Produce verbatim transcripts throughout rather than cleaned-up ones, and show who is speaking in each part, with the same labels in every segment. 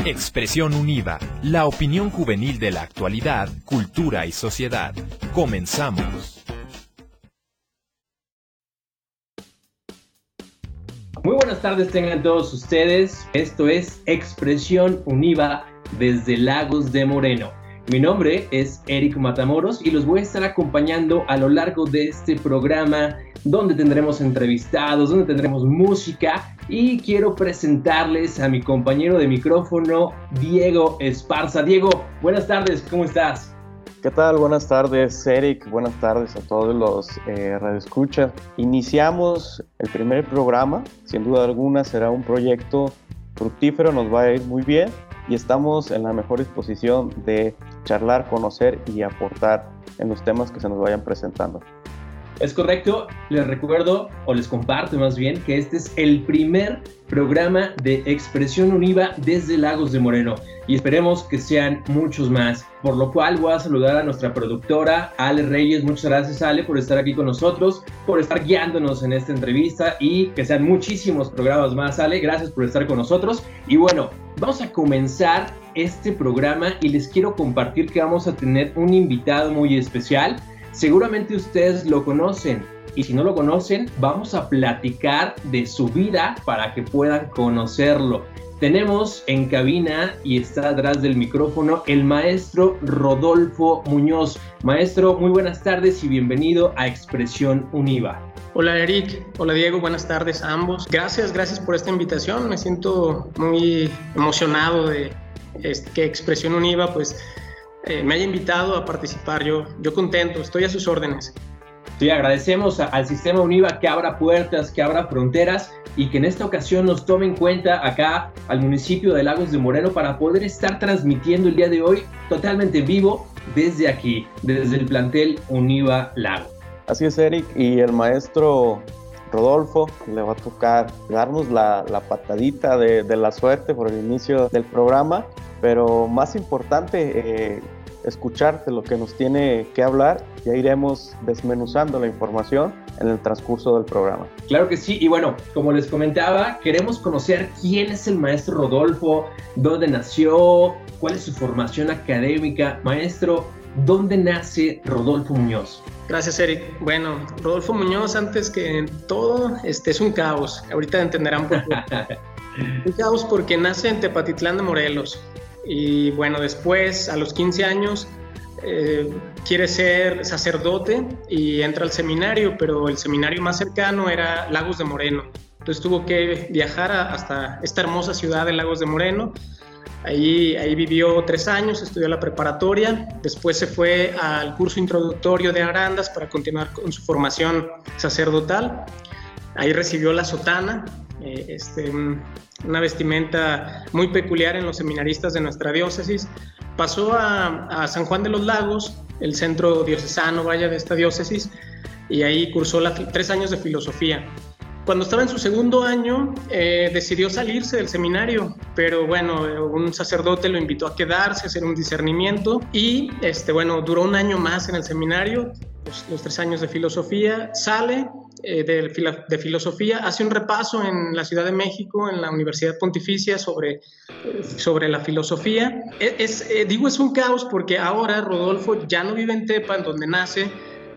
Speaker 1: Expresión Univa, la opinión juvenil de la actualidad, cultura y sociedad. Comenzamos.
Speaker 2: Muy buenas tardes tengan todos ustedes. Esto es Expresión Univa desde Lagos de Moreno. Mi nombre es Eric Matamoros y los voy a estar acompañando a lo largo de este programa donde tendremos entrevistados, donde tendremos música y quiero presentarles a mi compañero de micrófono, Diego Esparza. Diego, buenas tardes, ¿cómo estás?
Speaker 3: ¿Qué tal? Buenas tardes, Eric. Buenas tardes a todos los eh, radioescuchas. Iniciamos el primer programa. Sin duda alguna será un proyecto fructífero, nos va a ir muy bien y estamos en la mejor disposición de charlar, conocer y aportar en los temas que se nos vayan presentando.
Speaker 2: Es correcto, les recuerdo, o les comparto más bien, que este es el primer programa de Expresión Univa desde Lagos de Moreno y esperemos que sean muchos más, por lo cual voy a saludar a nuestra productora, Ale Reyes. Muchas gracias, Ale, por estar aquí con nosotros, por estar guiándonos en esta entrevista y que sean muchísimos programas más, Ale, gracias por estar con nosotros. Y bueno, vamos a comenzar este programa y les quiero compartir que vamos a tener un invitado muy especial. Seguramente ustedes lo conocen y si no lo conocen, vamos a platicar de su vida para que puedan conocerlo. Tenemos en cabina y está atrás del micrófono el maestro Rodolfo Muñoz. Maestro, muy buenas tardes y bienvenido a Expresión Univa.
Speaker 4: Hola Eric, hola Diego, buenas tardes a ambos. Gracias, gracias por esta invitación. Me siento muy emocionado de que Expresión Univa pues Eh, me haya invitado a participar. Yo, yo contento, estoy a sus órdenes.
Speaker 2: Sí, agradecemos a, al Sistema Univa que abra puertas, que abra fronteras y que en esta ocasión nos tome en cuenta acá al municipio de Lagos de Moreno para poder estar transmitiendo el día de hoy totalmente en vivo desde aquí, desde el plantel Univa Lago.
Speaker 3: Así es, Eric, y el maestro Rodolfo le va a tocar darnos la, la patadita de, de la suerte por el inicio del programa, pero más importante, eh, escucharte lo que nos tiene que hablar. Ya iremos desmenuzando la información en el transcurso del programa.
Speaker 2: Claro que sí, y bueno, como les comentaba, queremos conocer quién es el maestro Rodolfo, dónde nació, cuál es su formación académica. Maestro, ¿dónde nace Rodolfo Muñoz?
Speaker 4: Gracias, Eric. Bueno, Rodolfo Muñoz, antes que todo, este es un caos. Ahorita entenderán por qué. Un caos porque nace en Tepatitlán de Morelos. Y bueno, después, a los quince años, eh, quiere ser sacerdote y entra al seminario, pero el seminario más cercano era Lagos de Moreno. Entonces tuvo que viajar a, hasta esta hermosa ciudad de Lagos de Moreno. Ahí, ahí vivió tres años, estudió la preparatoria, después se fue al curso introductorio de Arandas para continuar con su formación sacerdotal. Ahí recibió la sotana, eh, este, una vestimenta muy peculiar en los seminaristas de nuestra diócesis. Pasó a, a San Juan de los Lagos, el centro diocesano, vaya, de esta diócesis, y ahí cursó la, tres años de filosofía. Cuando estaba en su segundo año, eh, decidió salirse del seminario, pero bueno, un sacerdote lo invitó a quedarse, a hacer un discernimiento y este, bueno, duró un año más en el seminario, los, los tres años de filosofía, sale eh, de, de filosofía, hace un repaso en la Ciudad de México, en la Universidad Pontificia, sobre, sobre la filosofía. Es, es, eh, digo, es un caos porque ahora Rodolfo ya no vive en Tepa, en donde nace.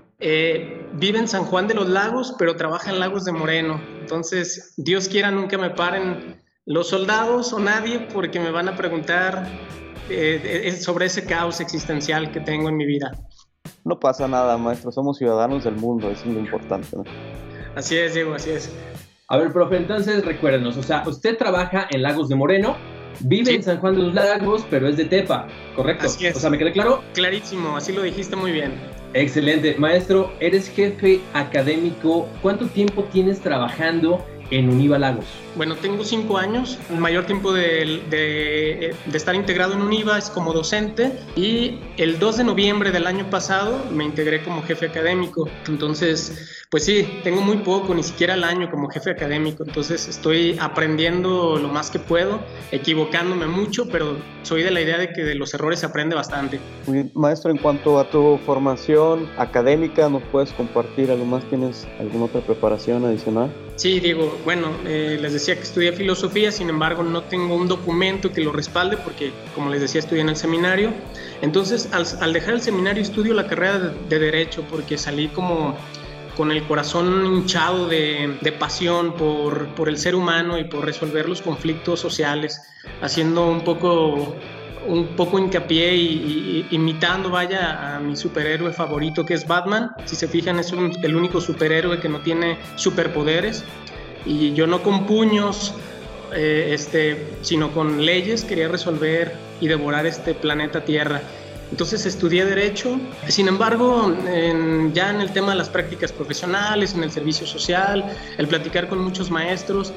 Speaker 4: Eh, vive en San Juan de los Lagos, pero trabaja en Lagos de Moreno. Entonces, Dios quiera nunca me paren los soldados o nadie porque me van a preguntar eh, sobre ese caos existencial que tengo en mi vida.
Speaker 3: No pasa nada, maestro, somos ciudadanos del mundo, eso es lo importante, ¿no?
Speaker 4: Así es, Diego, así es.
Speaker 2: A ver, profe, entonces recuérdenos, o sea, usted trabaja en Lagos de Moreno, vive sí. en San Juan de los Lagos, pero es de Tepa, ¿correcto?
Speaker 4: Así es.
Speaker 2: O sea, ¿me quedé claro?
Speaker 4: Clarísimo, así lo dijiste muy bien.
Speaker 2: Excelente. Maestro, eres jefe académico. ¿Cuánto tiempo tienes trabajando en Univa Lagos?
Speaker 4: Bueno, tengo cinco años. El mayor tiempo de, de, de estar integrado en Univa es como docente y el dos de noviembre del año pasado me integré como jefe académico. Entonces, Pues sí, tengo muy poco, ni siquiera el año como jefe académico, entonces estoy aprendiendo lo más que puedo, equivocándome mucho, pero soy de la idea de que de los errores se aprende bastante.
Speaker 3: Muy bien. Maestro, en cuanto a tu formación académica, ¿nos puedes compartir algo más? ¿Tienes alguna otra preparación adicional?
Speaker 4: Sí, Diego, bueno, eh, les decía que estudié filosofía, sin embargo no tengo un documento que lo respalde porque, como les decía, estudié en el seminario. Entonces, al, al dejar el seminario estudio la carrera de, de Derecho porque salí como con el corazón hinchado de, de pasión por, por el ser humano y por resolver los conflictos sociales, haciendo un poco, un poco hincapié y, y imitando, vaya, a mi superhéroe favorito que es Batman. Si se fijan, es un, el único superhéroe que no tiene superpoderes, y yo no con puños, eh, este, sino con leyes quería resolver y devorar este planeta Tierra. Entonces estudié Derecho, sin embargo, en, ya en el tema de las prácticas profesionales, en el servicio social, el platicar con muchos maestros,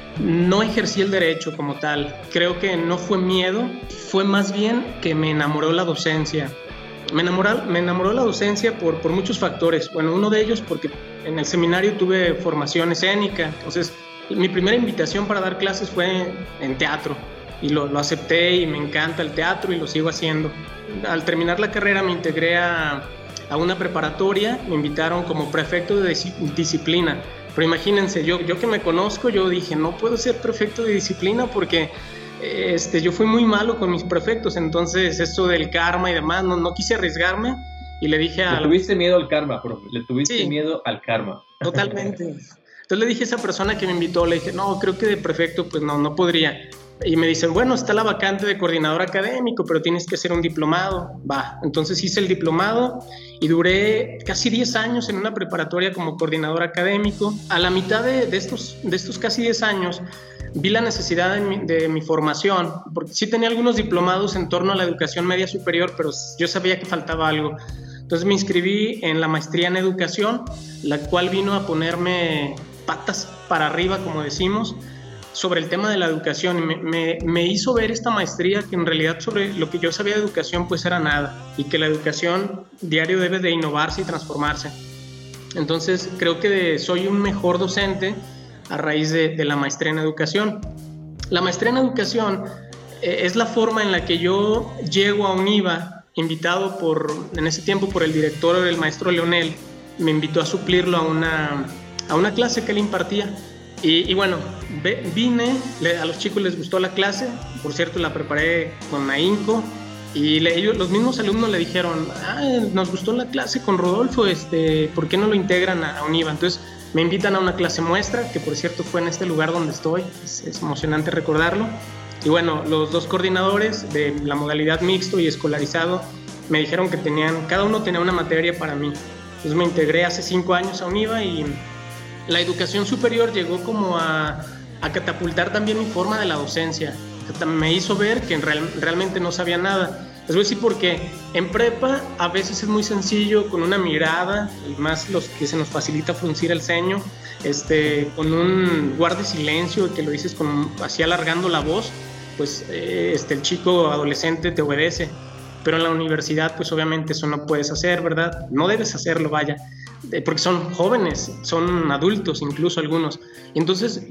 Speaker 4: no ejercí el derecho como tal. Creo que no fue miedo, fue más bien que me enamoró la docencia. Me enamoró, me enamoró la docencia por, por muchos factores. Bueno, uno de ellos porque en el seminario tuve formación escénica, entonces mi primera invitación para dar clases fue en teatro. Y lo, lo acepté y me encanta el teatro y lo sigo haciendo. Al terminar la carrera me integré a, a una preparatoria, me invitaron como prefecto de disciplina. Pero imagínense, yo, yo que me conozco, yo dije, no puedo ser prefecto de disciplina porque este, yo fui muy malo con mis prefectos, entonces esto del karma y demás, no, no quise arriesgarme y le dije a...
Speaker 2: Le tuviste miedo al karma, profe, le tuviste
Speaker 4: sí,
Speaker 2: miedo al karma.
Speaker 4: Totalmente. Entonces le dije a esa persona que me invitó, le dije, no, creo que de prefecto pues no, no podría. Y me dicen, bueno, está la vacante de coordinador académico, pero tienes que hacer un diplomado. Va, entonces hice el diplomado y duré casi diez años en una preparatoria como coordinador académico. A la mitad de, de, estos, de estos casi diez años vi la necesidad de mi, de mi formación, porque sí tenía algunos diplomados en torno a la educación media superior, pero yo sabía que faltaba algo. Entonces me inscribí en la maestría en educación, la cual vino a ponerme patas para arriba, como decimos, sobre el tema de la educación, y me, me, me hizo ver esta maestría que en realidad sobre lo que yo sabía de educación pues era nada, y que la educación diario debe de innovarse y transformarse. Entonces creo que de, soy un mejor docente a raíz de, de la maestría en educación. La maestría en educación eh, es la forma en la que yo llego a UNIVA, invitado por, en ese tiempo por el director, el maestro Leonel, me invitó a suplirlo a una, a una clase que él impartía. Y, y bueno, vine, le, a los chicos les gustó la clase, por cierto la preparé con ahínco, y le, ellos, los mismos alumnos le dijeron, ah, nos gustó la clase con Rodolfo, este, ¿por qué no lo integran a, a UNIVA? Entonces me invitan a una clase muestra, que por cierto fue en este lugar donde estoy, es, es emocionante recordarlo. Y bueno, los dos coordinadores de la modalidad mixto y escolarizado me dijeron que tenían, cada uno tenía una materia para mí. Entonces me integré hace cinco años a UNIVA y la educación superior llegó como a, a catapultar también mi forma de la docencia. Me hizo ver que real, realmente no sabía nada. Les voy a decir por qué. En prepa a veces es muy sencillo, con una mirada, y más los que se nos facilita fruncir el ceño, este, con un guarde silencio que lo dices con, así alargando la voz, pues eh, este, el chico adolescente te obedece. Pero en la universidad pues obviamente eso no puedes hacer, ¿verdad? No debes hacerlo, vaya, porque son jóvenes, son adultos incluso algunos. Entonces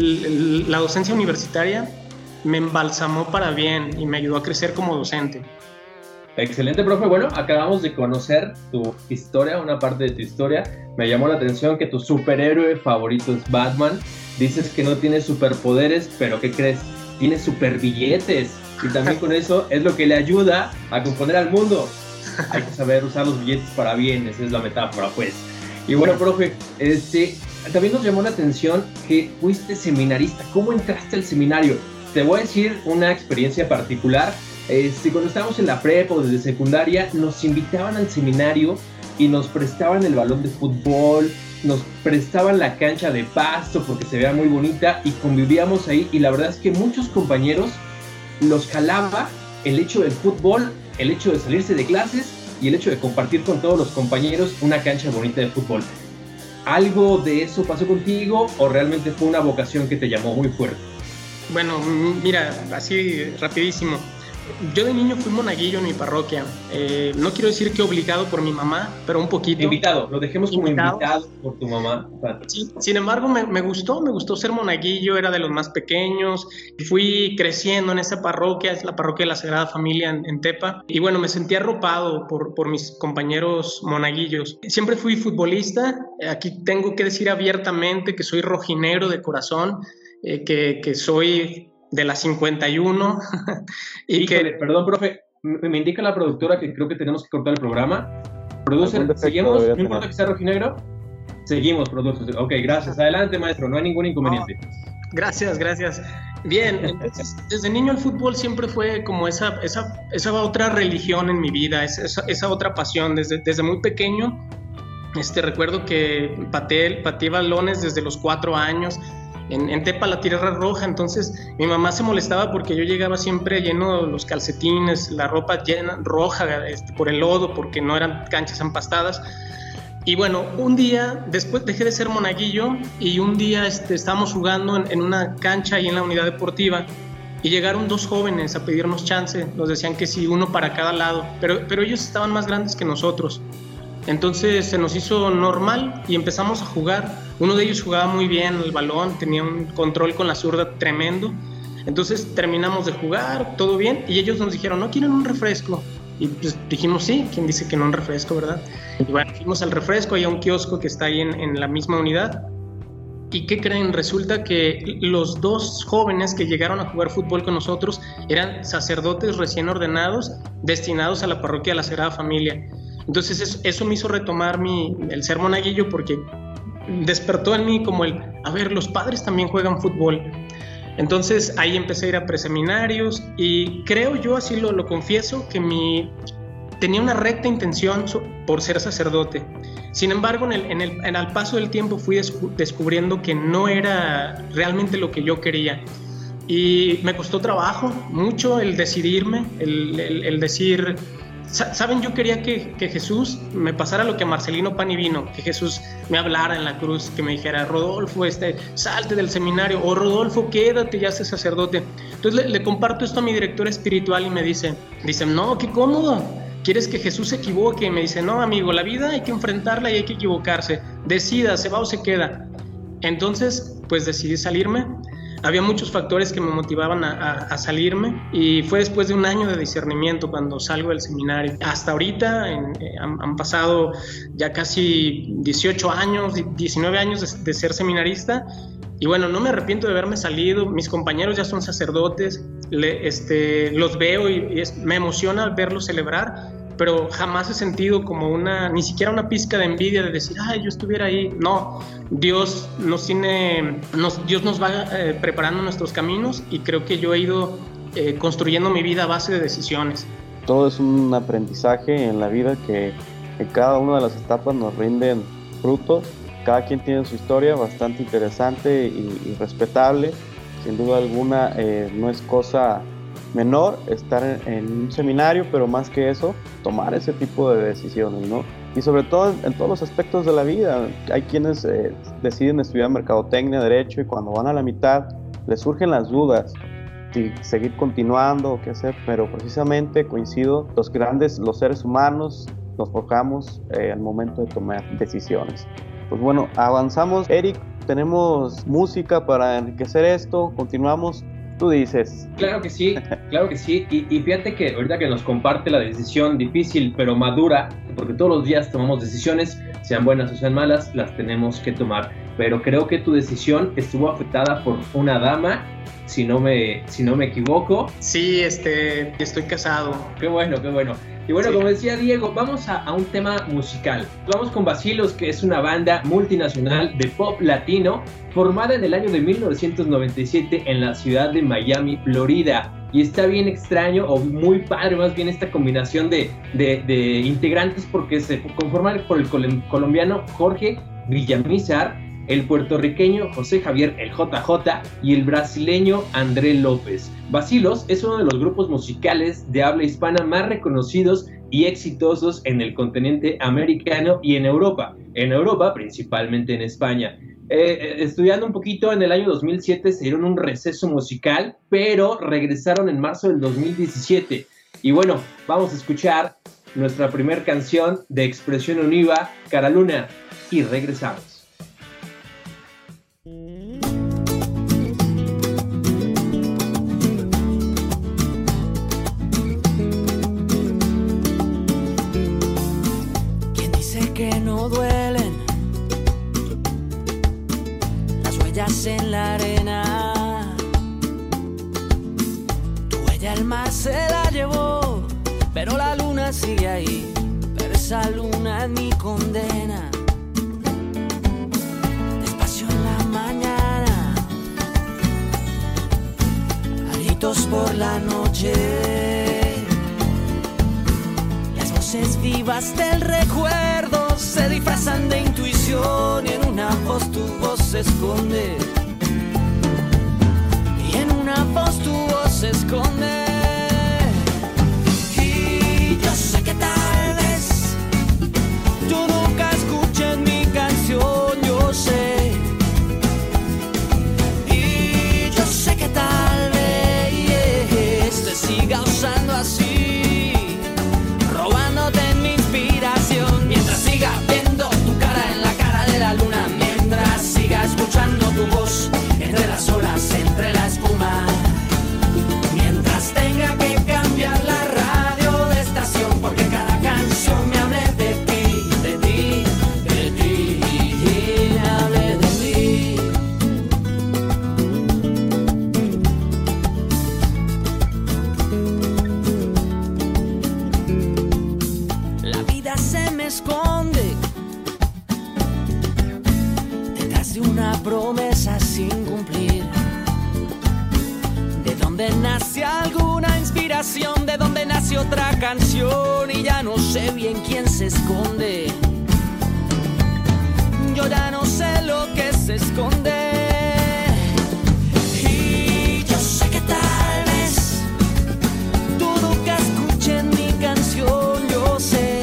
Speaker 4: la docencia universitaria me embalsamó para bien y me ayudó a crecer como docente.
Speaker 2: Excelente, profe. Bueno, acabamos de conocer tu historia, una parte de tu historia. Me llamó la atención que tu superhéroe favorito es Batman. Dices que no tienes superpoderes, pero ¿qué crees? Tienes superbilletes. Y también con eso es lo que le ayuda a componer al mundo. Hay que saber usar los billetes para bien, esa es la metáfora, pues. Y bueno, profe, este, también nos llamó la atención que fuiste seminarista. ¿Cómo entraste al seminario? Te voy a decir una experiencia particular. Este, cuando estábamos en la prepa o desde secundaria, nos invitaban al seminario y nos prestaban el balón de fútbol, nos prestaban la cancha de pasto porque se veía muy bonita y convivíamos ahí. Y la verdad es que muchos compañeros los jalaba el hecho del fútbol, el hecho de salirse de clases y el hecho de compartir con todos los compañeros una cancha bonita de fútbol. ¿Algo de eso pasó contigo o realmente fue una vocación que te llamó muy fuerte?
Speaker 4: Bueno, mira, así rapidísimo. Yo de niño fui monaguillo en mi parroquia. Eh, no quiero decir que obligado por mi mamá, pero un poquito.
Speaker 2: Invitado, lo dejemos como invitado,
Speaker 4: invitado
Speaker 2: por tu mamá.
Speaker 4: Sí, sin embargo, me, me gustó, me gustó ser monaguillo, era de los más pequeños. Fui creciendo en esa parroquia, es la parroquia de la Sagrada Familia en, en Tepa. Y bueno, me sentí arropado por, por mis compañeros monaguillos. Siempre fui futbolista. Aquí tengo que decir abiertamente que soy rojinegro de corazón, eh, que, que soy de la cincuenta y uno. y
Speaker 2: Híjole,
Speaker 4: que...
Speaker 2: Perdón, profe, me, me indica la productora que creo que tenemos que cortar el programa. Producer, ¿seguimos? ¿No importa que sea rojinegro? Seguimos, producer. Ok, gracias. Adelante, maestro, no hay ningún inconveniente.
Speaker 4: Oh, gracias, gracias. Bien, entonces, desde niño el fútbol siempre fue como esa, esa, esa otra religión en mi vida, esa, esa otra pasión. Desde, desde muy pequeño, este, recuerdo que pateé, pateé balones desde los cuatro años. En, en Tepa, la tierra roja, entonces mi mamá se molestaba porque yo llegaba siempre lleno de los calcetines, la ropa llena, roja, este, por el lodo, porque no eran canchas empastadas. Y bueno, un día, después dejé de ser monaguillo y un día este, estábamos jugando en, en una cancha ahí en la unidad deportiva y llegaron dos jóvenes a pedirnos chance, nos decían que sí, uno para cada lado, pero, pero ellos estaban más grandes que nosotros. Entonces se nos hizo normal y empezamos a jugar. Uno de ellos jugaba muy bien el balón, tenía un control con la zurda tremendo. Entonces terminamos de jugar, todo bien, y ellos nos dijeron, ¿no quieren un refresco? Y pues dijimos, sí, ¿quién dice que no un refresco, verdad? Y bueno, fuimos al refresco, hay un kiosco que está ahí en, en la misma unidad. ¿Y qué creen? Resulta que los dos jóvenes que llegaron a jugar fútbol con nosotros eran sacerdotes recién ordenados, destinados a la parroquia de la Sagrada Familia. Entonces eso, eso me hizo retomar mi, el ser monaguillo porque despertó en mí como el, a ver, los padres también juegan fútbol. Entonces ahí empecé a ir a preseminarios y creo yo, así lo, lo confieso, que mi, tenía una recta intención por ser sacerdote. Sin embargo, en el, en el, en el paso del tiempo fui descu- descubriendo que no era realmente lo que yo quería. Y me costó trabajo, mucho el decidirme, el, el, el decir... ¿Saben? Yo quería que, que Jesús me pasara lo que a Marcelino Pan y Vino, que Jesús me hablara en la cruz, que me dijera, Rodolfo, este, salte del seminario, o Rodolfo, quédate, ya sé sacerdote. Entonces le, le comparto esto a mi director espiritual y me dice, dice, no, qué cómodo, ¿quieres que Jesús se equivoque? Y me dice, no, amigo, la vida hay que enfrentarla y hay que equivocarse, decida, se va o se queda. Entonces, pues decidí salirme. Había muchos factores que me motivaban a, a, a salirme y fue después de un año de discernimiento cuando salgo del seminario. Hasta ahorita en, eh, han, han pasado ya casi dieciocho años, diecinueve años de, de ser seminarista y bueno, no me arrepiento de haberme salido. Mis compañeros ya son sacerdotes, le, este, los veo y, y es, me emociona verlos celebrar, pero jamás he sentido como una, ni siquiera una pizca de envidia de decir, ay, yo estuviera ahí. No, Dios nos tiene, nos, Dios nos va eh, preparando nuestros caminos y creo que yo he ido eh, construyendo mi vida a base de decisiones.
Speaker 3: Todo es un aprendizaje en la vida que en cada una de las etapas nos rinden frutos. Cada quien tiene su historia bastante interesante y, y respetable. Sin duda alguna eh, no es cosa menor estar en, en un seminario, pero más que eso, tomar ese tipo de decisiones, ¿no? Y sobre todo en, en todos los aspectos de la vida. Hay quienes eh, deciden estudiar mercadotecnia, derecho, y cuando van a la mitad les surgen las dudas si seguir continuando o qué hacer, pero precisamente coincido, los grandes, los seres humanos nos forjamos eh, al momento de tomar decisiones. Pues bueno, avanzamos. Eric, tenemos música para enriquecer esto, continuamos. Tú dices.
Speaker 2: Claro que sí, claro que sí. Y, y fíjate que ahorita que nos comparte la decisión difícil pero madura, porque todos los días tomamos decisiones, sean buenas o sean malas, las tenemos que tomar. Pero creo que tu decisión estuvo afectada por una dama, si no me, si no me equivoco.
Speaker 4: Sí, este, estoy casado.
Speaker 2: Qué bueno, qué bueno. Y bueno,
Speaker 4: Sí.
Speaker 2: como decía Diego, vamos a, a un tema musical. Vamos con Vacilos, que es una banda multinacional de pop latino formada en el año de mil novecientos noventa y siete en la ciudad de Miami, Florida. Y está bien extraño, o muy padre más bien, esta combinación de, de, de integrantes, porque se conforman por el colombiano Jorge Villamizar, el puertorriqueño José Javier el J J y el brasileño André López. Vacilos es uno de los grupos musicales de habla hispana más reconocidos y exitosos en el continente americano y en Europa, en Europa principalmente en España. Eh, estudiando un poquito en el año dos mil siete se dieron un receso musical, pero regresaron en marzo del dos mil diecisiete. Y bueno, vamos a escuchar nuestra primera canción de Expresión Univa, Cara Luna, y regresamos.
Speaker 5: ¿Quién dice que no duelen las huellas en la arena? Tu huella el mar se la llevó, pero la luna sigue ahí, pero esa luna es mi condena. Despacio en la mañana, a gritos por la noche, las voces vivas del recuerdo se disfrazan de intuición y en una voz tu voz se esconde, y en una voz tu voz se esconde. Yo sé que tal vez tú nunca escuches mi canción, yo sé. Y yo sé que tal vez te siga usando así, robándote mi inspiración. Mientras siga viendo tu cara en la cara de la luna, mientras siga escuchando tu voz entre las olas, entre la espuma, mientras tenga que cambiar la radio de estación, porque cada canción me hable de ti, de ti, de ti, me hable de ti. La vida se me esconde detrás de una promesa sin cumplir. ¿De dónde nace alguna inspiración? ¿De dónde nace otra canción? Y ya no sé bien quién se esconde. Yo ya no sé lo que se esconde. Y yo sé que tal vez tú nunca escuches mi canción, yo sé.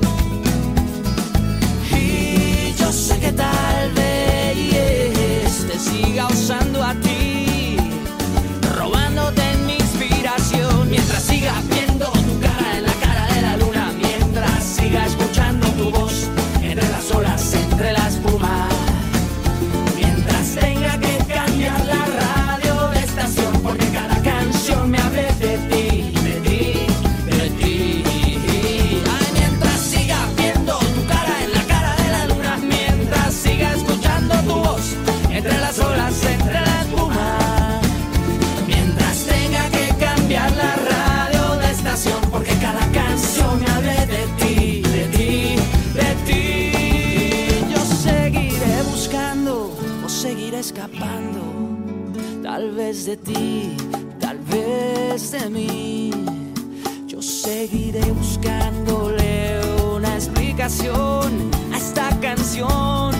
Speaker 5: Y yo sé que tal vez te siga usando a ti, robándote mi inspiración. Mientras siga viendo tu cara en la cara de la luna, mientras siga escuchando tu voz entre las olas, entre la espuma, mientras tenga que cambiar la radio de estación, porque cada canción me hable de ti, de ti, de ti. Ay, mientras siga viendo tu cara en la cara de la luna, mientras siga escuchando tu voz entre las olas, entre la espuma, mientras tenga que cambiar la radio de estación, porque cada canción me hable de ti, de ti, de ti. Yo seguiré buscando o seguiré escapando, tal vez de ti, tal vez de mí. Yo seguiré buscándole una explicación a esta canción.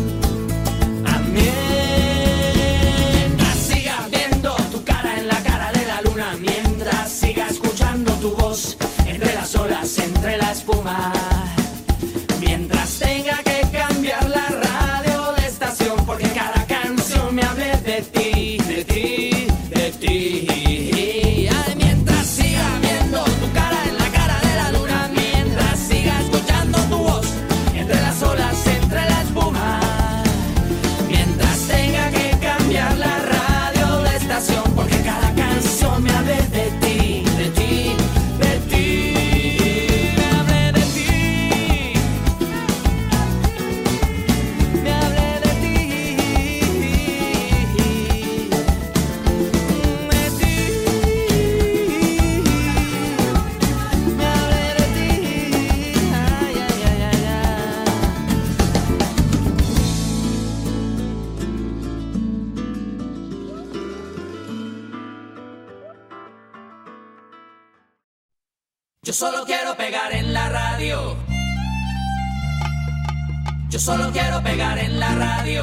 Speaker 5: Mientras siga viendo tu cara en la cara de la luna, mientras siga escuchando tu voz entre las olas, entre la espuma, mientras tenga que cambiar la radio de estación, porque cada canción me hable de ti, de ti, de ti. Ay, mientras siga viendo tu cara en la cara de la luna, mientras siga escuchando tu voz entre las olas, entre la espuma, mientras tenga que cambiar la radio de estación, porque cada canción me hable de ti, de ti, de ti, me hable de ti, me hable de ti, de ti, me hable de ti, ay, ay, ay, ay, ay. Yo solo quiero pegar en la radio. Yo solo quiero pegar en la radio.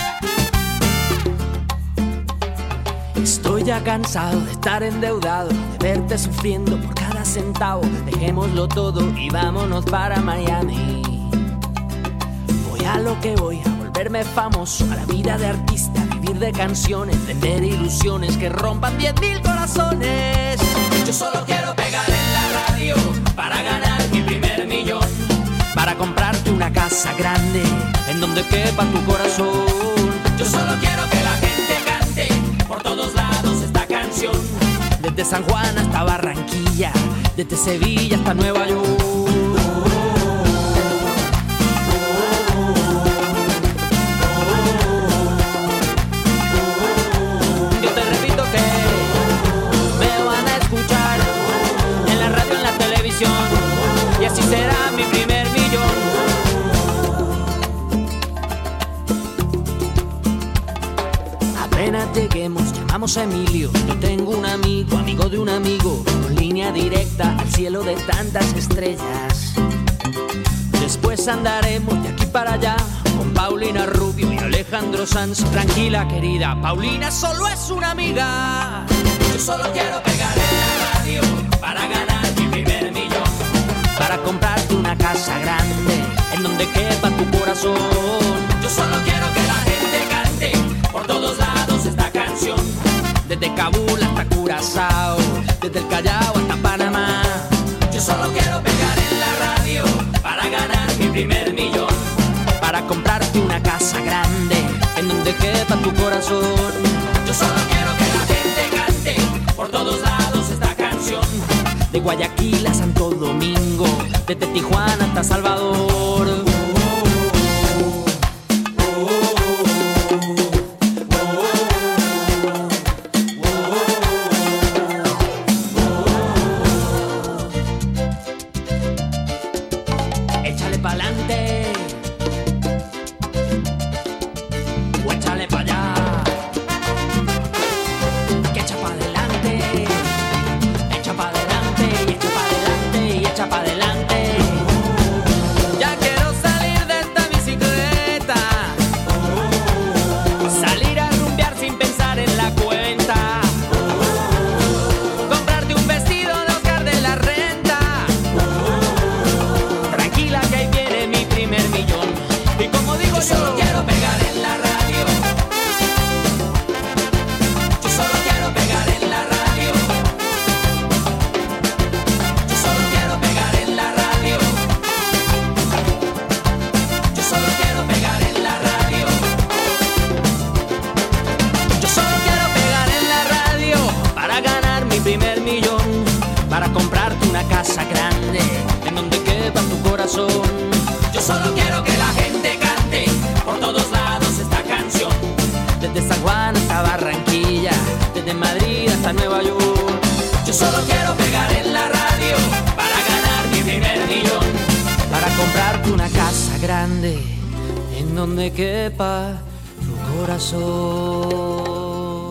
Speaker 5: Estoy ya cansado de estar endeudado, de verte sufriendo por cada centavo. Dejémoslo todo y vámonos para Miami. Voy a lo que voy, a volverme famoso, a la vida de artista, vivir de canciones, vender ilusiones que rompan diez mil corazones. Yo solo quiero pegar en la radio para ganar mi primer millón, para comprarte una casa grande en donde quepa tu corazón. Yo solo quiero que la gente cante por todos lados esta canción, desde San Juan hasta Barranquilla, desde Sevilla hasta Nueva York. Yo te repito que me van a escuchar en la radio, en la televisión, y así será mi primer millón. Apenas lleguemos, llamamos a Emilio. Yo tengo un amigo, amigo de un amigo, con línea directa al cielo de tantas estrellas. Después andaremos de aquí para allá con Paulina Rubio y Alejandro Sanz. Tranquila, querida, Paulina solo es una amiga. Yo solo quiero pegar en la radio para ganar mi primer millón, para comprarte una casa grande en donde quepa tu corazón. Yo solo quiero que la gente cante por todos lados esta canción, desde Kabul hasta Curazao, desde el Callao hasta Panamá. Yo solo quiero pegar en la radio para ganar mi primer millón, para comprarte una casa grande en donde quepa tu corazón. Yo solo quiero que la gente cante por todos lados esta canción, de Guayaquil a Santo Domingo, desde Tijuana hasta Salvador. Échale pa'lante o échale pa' allá, que echa pa' adelante, echa pa' adelante y echa pa' adelante y echa pa' adelante. Ya quiero salir de esta bicicleta, salir a rumbear sin pensar en la cuenta, comprarte un vestido de Oscar de la Renta. Tranquila que ahí viene mi primer millón. Y como digo yo, yo solo quiero pegar en la radio. Yo solo quiero pegar en la radio. Yo solo quiero pegar en la radio. Yo solo quiero pegar en la radio. Yo solo quiero pegar en la radio para ganar mi primer millón, para comprarte una casa grande en donde quepa tu corazón. Yo solo quiero que la gente cante por todos lados esta canción, desde San Juan hasta Barranquilla, desde Madrid hasta Nueva York. Yo solo quiero pegar en la radio para ganar mi primer millón, para comprarte una casa grande en donde quepa tu corazón.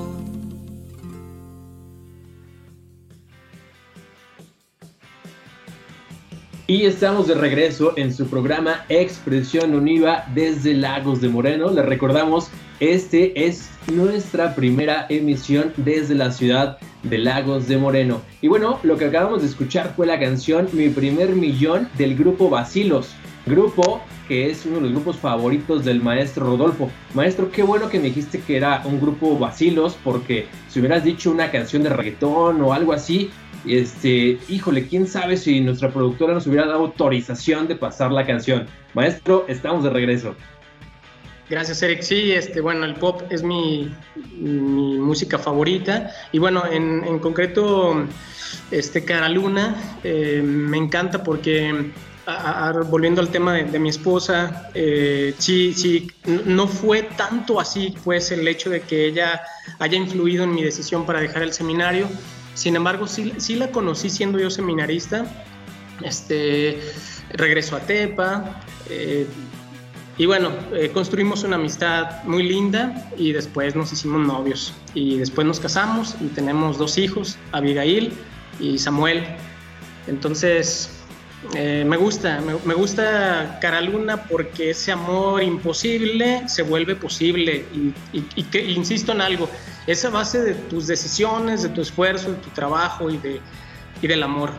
Speaker 2: Y estamos de regreso en su programa Expresión Univa desde Lagos de Moreno. Les recordamos, este es nuestra primera emisión desde la ciudad de Lagos de Moreno. Y bueno, lo que acabamos de escuchar fue la canción Mi Primer Millón del grupo Bacilos, grupo que es uno de los grupos favoritos del maestro Rodolfo. Maestro, qué bueno que me dijiste que era un grupo Bacilos, porque si hubieras dicho una canción de reggaetón o algo así, este, híjole, quién sabe si nuestra productora nos hubiera dado autorización de pasar la canción. Maestro, estamos de regreso.
Speaker 4: Gracias, Eric. Sí, este, bueno, el pop es mi, mi música favorita. Y bueno, en, en concreto, este, Cara Luna, eh, me encanta porque, a, a, volviendo al tema de, de mi esposa, eh, sí, sí, no fue tanto así, pues, el hecho de que ella haya influido en mi decisión para dejar el seminario. Sin embargo, sí, sí la conocí siendo yo seminarista. Este, regreso a Tepa, eh, y bueno, eh, construimos una amistad muy linda y después nos hicimos novios. Y después nos casamos y tenemos dos hijos, Abigail y Samuel. Entonces, eh, me gusta, me, me gusta Cara Luna porque ese amor imposible se vuelve posible. Y, y, y que, insisto en algo, es a base de tus decisiones, de tu esfuerzo, de tu trabajo y, de, y del amor.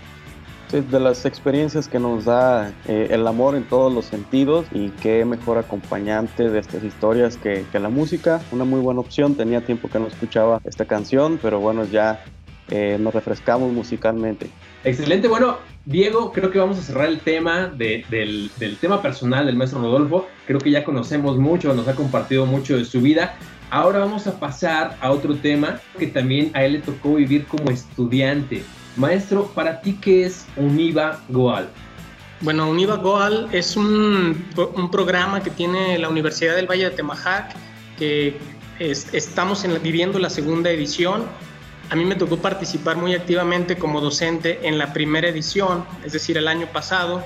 Speaker 3: Sí, de las experiencias que nos da eh, el amor en todos los sentidos, y qué mejor acompañante de estas historias que, que la música. Una muy buena opción. Tenía tiempo que no escuchaba esta canción, pero bueno, ya eh, nos refrescamos musicalmente.
Speaker 2: Excelente. Bueno, Diego, creo que vamos a cerrar el tema de, del, del tema personal del maestro Rodolfo. Creo que ya conocemos mucho, nos ha compartido mucho de su vida. Ahora vamos a pasar a otro tema que también a él le tocó vivir como estudiante. Maestro, para ti, ¿qué es Univa Goal?
Speaker 4: Bueno, Univa Goal es un, un programa que tiene la Universidad del Valle de Atemajac, que es, estamos en la, viviendo la segunda edición. A mí me tocó participar muy activamente como docente en la primera edición, es decir, el año pasado.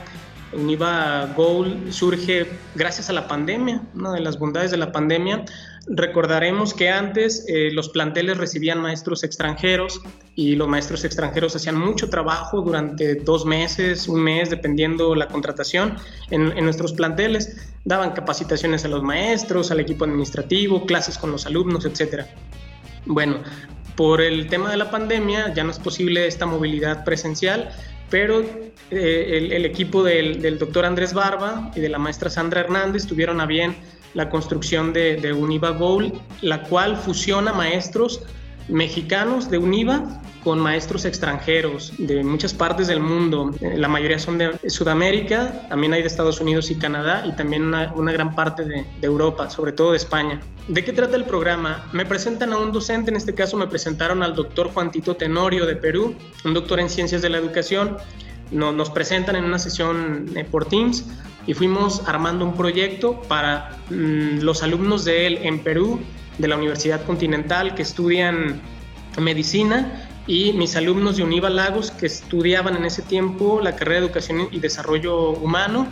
Speaker 4: Univa Goal surge gracias a la pandemia, una de las bondades de la pandemia. Recordaremos que antes eh, los planteles recibían maestros extranjeros y los maestros extranjeros hacían mucho trabajo durante dos meses, un mes, dependiendo la contratación en, en nuestros planteles. Daban capacitaciones a los maestros, al equipo administrativo, clases con los alumnos, etcétera. Bueno, por el tema de la pandemia ya no es posible esta movilidad presencial, pero eh, el, el equipo del, del doctor Andrés Barba y de la maestra Sandra Hernández tuvieron a bien la construcción de, de Univa Goal, la cual fusiona maestros mexicanos de Univa con maestros extranjeros de muchas partes del mundo. La mayoría son de Sudamérica, también hay de Estados Unidos y Canadá, y también una, una gran parte de, de Europa, sobre todo de España. ¿De qué trata el programa? Me presentan a un docente, en este caso me presentaron al doctor Juan Tito Tenorio de Perú, un doctor en Ciencias de la Educación. Nos, nos presentan en una sesión eh, por Teams, y fuimos armando un proyecto para mmm, los alumnos de él en Perú, de la Universidad Continental, que estudian medicina, y mis alumnos de Univa Lagos, que estudiaban en ese tiempo la carrera de Educación y Desarrollo Humano.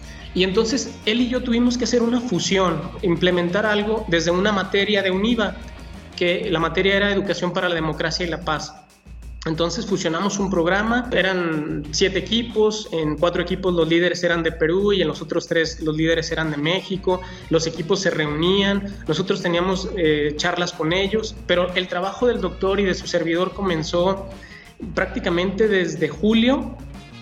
Speaker 4: Y entonces él y yo tuvimos que hacer una fusión, implementar algo desde una materia de Univa, que la materia era Educación para la Democracia y la Paz. Entonces fusionamos un programa, eran siete equipos, en cuatro equipos los líderes eran de Perú y en los otros tres los líderes eran de México. Los equipos se reunían, nosotros teníamos eh, charlas con ellos, pero el trabajo del doctor y de su servidor comenzó prácticamente desde julio,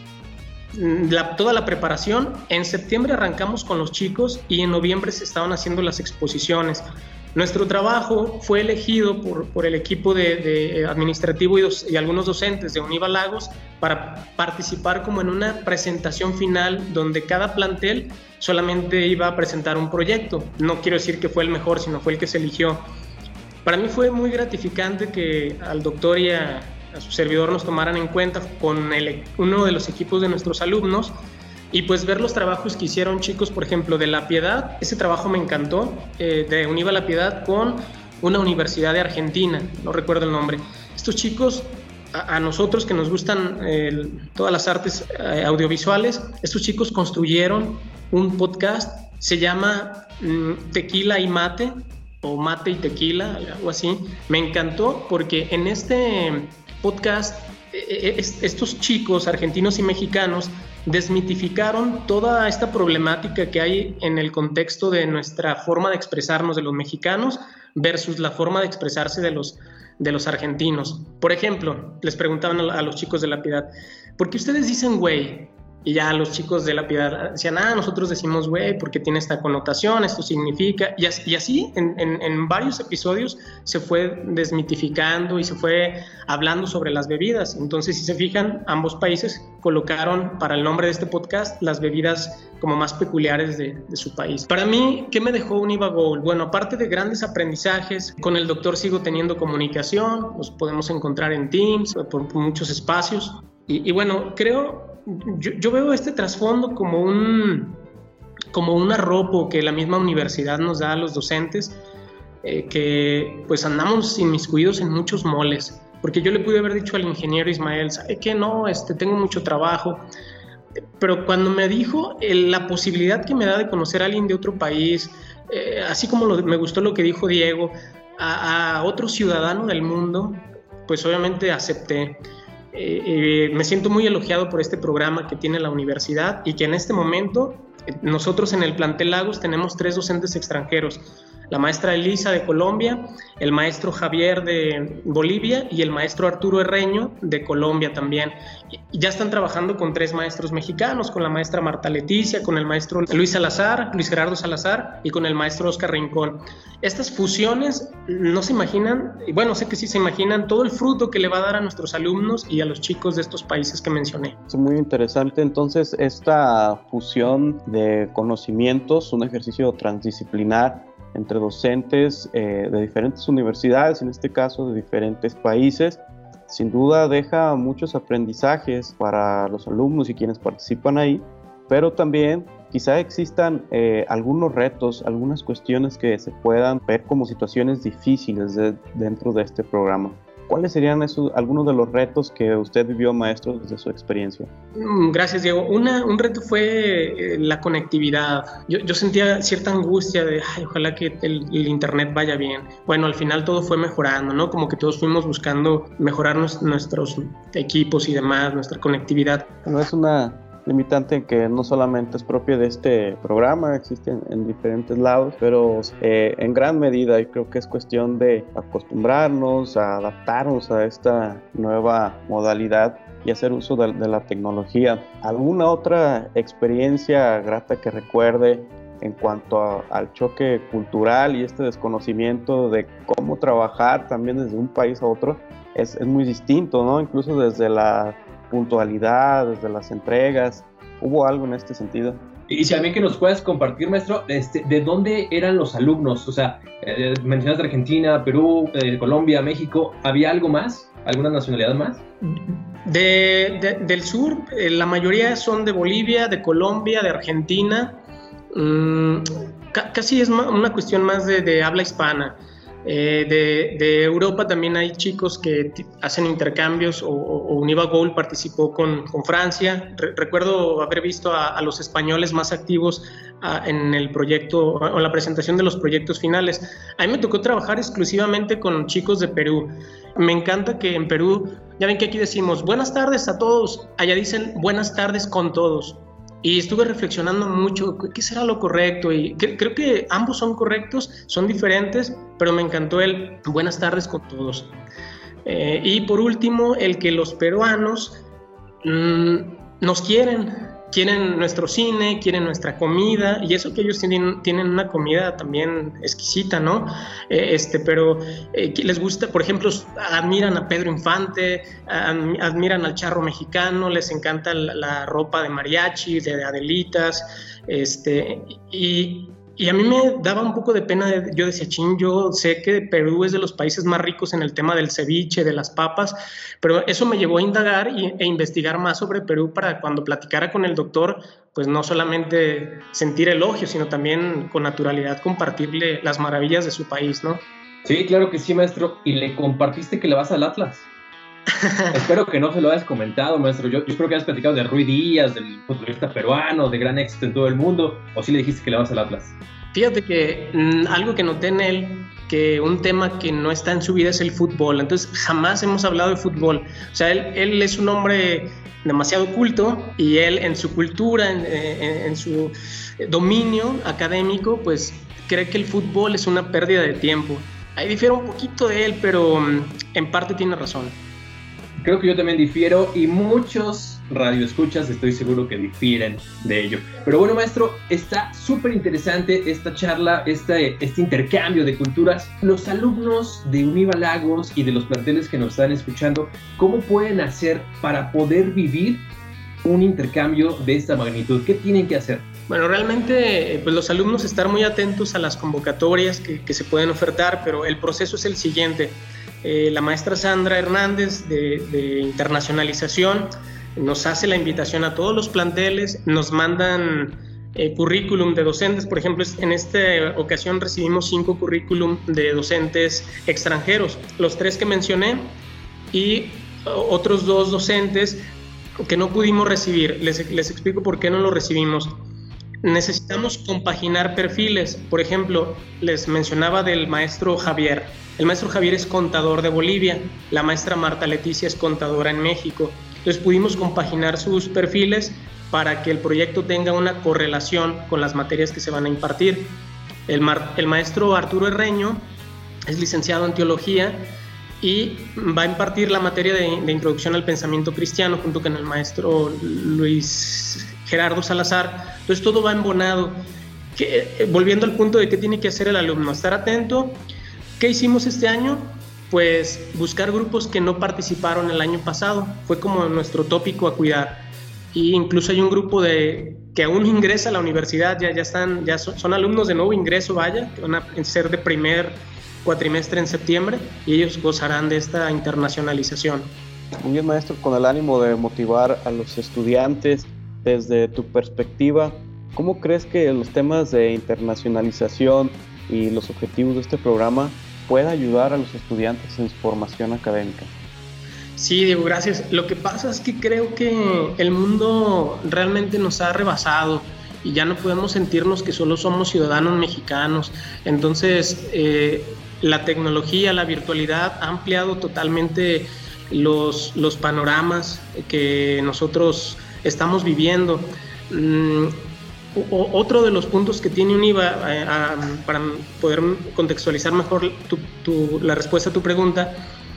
Speaker 4: la, toda la preparación. En septiembre arrancamos con los chicos y en noviembre se estaban haciendo las exposiciones. Nuestro trabajo fue elegido por, por el equipo de, de administrativo y, dos, y algunos docentes de Univa Lagos para participar como en una presentación final donde cada plantel solamente iba a presentar un proyecto. No quiero decir que fue el mejor, sino fue el que se eligió. Para mí fue muy gratificante que al doctor y a, a su servidor nos tomaran en cuenta con el, uno de los equipos de nuestros alumnos. Y pues ver los trabajos que hicieron chicos, por ejemplo, de La Piedad, ese trabajo me encantó, eh, de Univa La Piedad con una universidad de Argentina, no recuerdo el nombre. Estos chicos, a, a nosotros que nos gustan eh, todas las artes eh, audiovisuales, estos chicos construyeron un podcast, se llama mm, Tequila y Mate, o Mate y Tequila, algo así. Me encantó porque en este podcast eh, es, estos chicos argentinos y mexicanos desmitificaron toda esta problemática que hay en el contexto de nuestra forma de expresarnos de los mexicanos versus la forma de expresarse de los, de los argentinos. Por ejemplo, les preguntaban a los chicos de La Piedad, ¿por qué ustedes dicen güey? Y ya los chicos de La Piedad decían, ah, nosotros decimos güey porque tiene esta connotación, esto significa, y así, y así en, en, en varios episodios se fue desmitificando y se fue hablando sobre las bebidas. Entonces, si se fijan, ambos países colocaron para el nombre de este podcast las bebidas como más peculiares de, de su país. Para mí, ¿qué me dejó Univa Goal? Bueno, aparte de grandes aprendizajes, con el doctor sigo teniendo comunicación, nos podemos encontrar en Teams, por, por muchos espacios, y, y bueno, creo... Yo, yo veo este trasfondo como un como un arropo que la misma universidad nos da a los docentes, eh, que pues andamos inmiscuidos en muchos moles, porque yo le pude haber dicho al ingeniero Ismael, ¿sabe qué? No, este, tengo mucho trabajo, pero cuando me dijo eh, la posibilidad que me da de conocer a alguien de otro país, eh, así como lo, me gustó lo que dijo Diego, a, a otro ciudadano del mundo, pues obviamente acepté. Eh, eh, me siento muy elogiado por este programa que tiene la universidad y que en este momento eh, nosotros en el plantel Lagos tenemos tres docentes extranjeros. la maestra Elisa de Colombia, el maestro Javier de Bolivia y el maestro Arturo Herreño de Colombia también. Y ya están trabajando con tres maestros mexicanos, con la maestra Marta Leticia, con el maestro Luis Salazar, Luis Gerardo Salazar y con el maestro Oscar Rincón. Estas fusiones no se imaginan, bueno, sé que sí se imaginan todo el fruto que le va a dar a nuestros alumnos y a los chicos de estos países que mencioné.
Speaker 3: Es muy interesante. Entonces, esta fusión de conocimientos, un ejercicio transdisciplinar entre docentes eh, de diferentes universidades, en este caso de diferentes países, sin duda deja muchos aprendizajes para los alumnos y quienes participan ahí, pero también quizá existan eh, algunos retos, algunas cuestiones que se puedan ver como situaciones difíciles de, dentro de este programa. ¿Cuáles serían esos, algunos de los retos que usted vivió, maestro, desde su experiencia?
Speaker 4: Gracias, Diego. Una, un reto fue eh, la conectividad. Yo, yo sentía cierta angustia de, ay, ojalá que el, el internet vaya bien. Bueno, al final todo fue mejorando, ¿no? Como que todos fuimos buscando mejorar nos, nuestros equipos y demás, nuestra conectividad.
Speaker 3: No es una limitante que no solamente es propia de este programa, existe en, en diferentes lados, pero eh, en gran medida y creo que es cuestión de acostumbrarnos, a adaptarnos a esta nueva modalidad y hacer uso de, de la tecnología. ¿Alguna otra experiencia grata que recuerde en cuanto a, al choque cultural y este desconocimiento de cómo trabajar también desde un país a otro? Es, es muy distinto, ¿no? Incluso desde la puntualidad, desde las entregas. ¿Hubo algo en este sentido?
Speaker 2: Y también que nos puedas compartir, maestro, este, ¿de dónde eran los alumnos? O sea, eh, mencionaste Argentina, Perú, eh, Colombia, México. ¿Había algo más? ¿Alguna nacionalidad más?
Speaker 4: De, de, del sur, eh, la mayoría son de Bolivia, de Colombia, de Argentina. Mm, ca- casi es ma- una cuestión más de, de habla hispana. Eh, de, de Europa también hay chicos que t- hacen intercambios, o, o Univa Gold participó con, con Francia. Re- recuerdo haber visto a, a los españoles más activos a, en el proyecto o en la presentación de los proyectos finales. A mí me tocó trabajar exclusivamente con chicos de Perú. Me encanta que en Perú, ya ven que aquí decimos buenas tardes a todos, allá dicen buenas tardes con todos. Y estuve reflexionando mucho, ¿qué será lo correcto? Y cre- creo que ambos son correctos, son diferentes, pero me encantó el buenas tardes con todos. Eh, y por último, el que los peruanos mmm, nos quieren, quieren nuestro cine, quieren nuestra comida, y eso que ellos tienen, tienen una comida también exquisita, ¿no? Eh, este, pero eh, les gusta, por ejemplo, admiran a Pedro Infante, admiran al charro mexicano, les encanta la, la ropa de mariachi, de Adelitas, este, y... Y a mí me daba un poco de pena, de, yo decía, chin, yo sé que Perú es de los países más ricos en el tema del ceviche, de las papas, pero eso me llevó a indagar y, e investigar más sobre Perú para cuando platicara con el doctor, pues no solamente sentir elogios, sino también con naturalidad compartirle las maravillas de su país, ¿no?
Speaker 2: Sí, claro que sí, maestro. ¿Y le compartiste que le vas al Atlas? Espero que no se lo hayas comentado, maestro. Yo, yo espero que hayas platicado de Rui Díaz, del futbolista peruano, de gran éxito en todo el mundo, o sí le dijiste que le vas al Atlas.
Speaker 4: Fíjate que mmm, algo que noté en él, que un tema que no está en su vida es el fútbol. Entonces jamás hemos hablado de fútbol. O sea, él, él es un hombre demasiado culto, y él en su cultura, en, en, en su dominio académico, pues cree que el fútbol es una pérdida de tiempo. Ahí difiero un poquito de él, pero mmm, en parte tiene razón.
Speaker 2: Creo que yo también difiero, y muchos radioescuchas estoy seguro que difieren de ello. Pero bueno, maestro, está súper interesante esta charla, este, este intercambio de culturas. Los alumnos de Univa Lagos y de los planteles que nos están escuchando, ¿cómo pueden hacer para poder vivir un intercambio de esta magnitud? ¿Qué tienen que hacer?
Speaker 4: Bueno, realmente pues los alumnos estar muy atentos a las convocatorias que, que se pueden ofertar, pero el proceso es el siguiente. Eh, la maestra Sandra Hernández de, de internacionalización nos hace la invitación a todos los planteles, nos mandan eh, currículum de docentes. Por ejemplo, en esta ocasión recibimos cinco currículum de docentes extranjeros, los tres que mencioné y otros dos docentes que no pudimos recibir. Les, les explico por qué no lo recibimos. Necesitamos compaginar perfiles. Por ejemplo, les mencionaba del maestro Javier. El maestro Javier es contador de Bolivia, la maestra Marta Leticia es contadora en México. Entonces pudimos compaginar sus perfiles para que el proyecto tenga una correlación con las materias que se van a impartir. El, mar, el maestro Arturo Herreño es licenciado en teología y va a impartir la materia de, de introducción al pensamiento cristiano junto con el maestro Luis Gerardo Salazar. Entonces todo va embonado. Que, volviendo al punto de qué tiene que hacer el alumno, estar atento. ¿Qué hicimos este año? Pues buscar grupos que no participaron el año pasado. Fue como nuestro tópico a cuidar. Y incluso hay un grupo de, que aún ingresa a la universidad, ya, ya, están, ya son, son alumnos de nuevo ingreso, vaya, que van a ser de primer cuatrimestre en septiembre y ellos gozarán de esta internacionalización.
Speaker 3: Muy bien, maestro, con el ánimo de motivar a los estudiantes desde tu perspectiva, ¿cómo crees que los temas de internacionalización y los objetivos de este programa pueden ayudar a los estudiantes en su formación académica?
Speaker 4: Sí, Diego, gracias. Lo que pasa es que creo que el mundo realmente nos ha rebasado y ya no podemos sentirnos que solo somos ciudadanos mexicanos. Entonces, eh, la tecnología, la virtualidad ha ampliado totalmente los, los panoramas que nosotros estamos viviendo. Mm, o, otro de los puntos que tiene UNIVA, eh, a, para poder contextualizar mejor tu, tu, la respuesta a tu pregunta,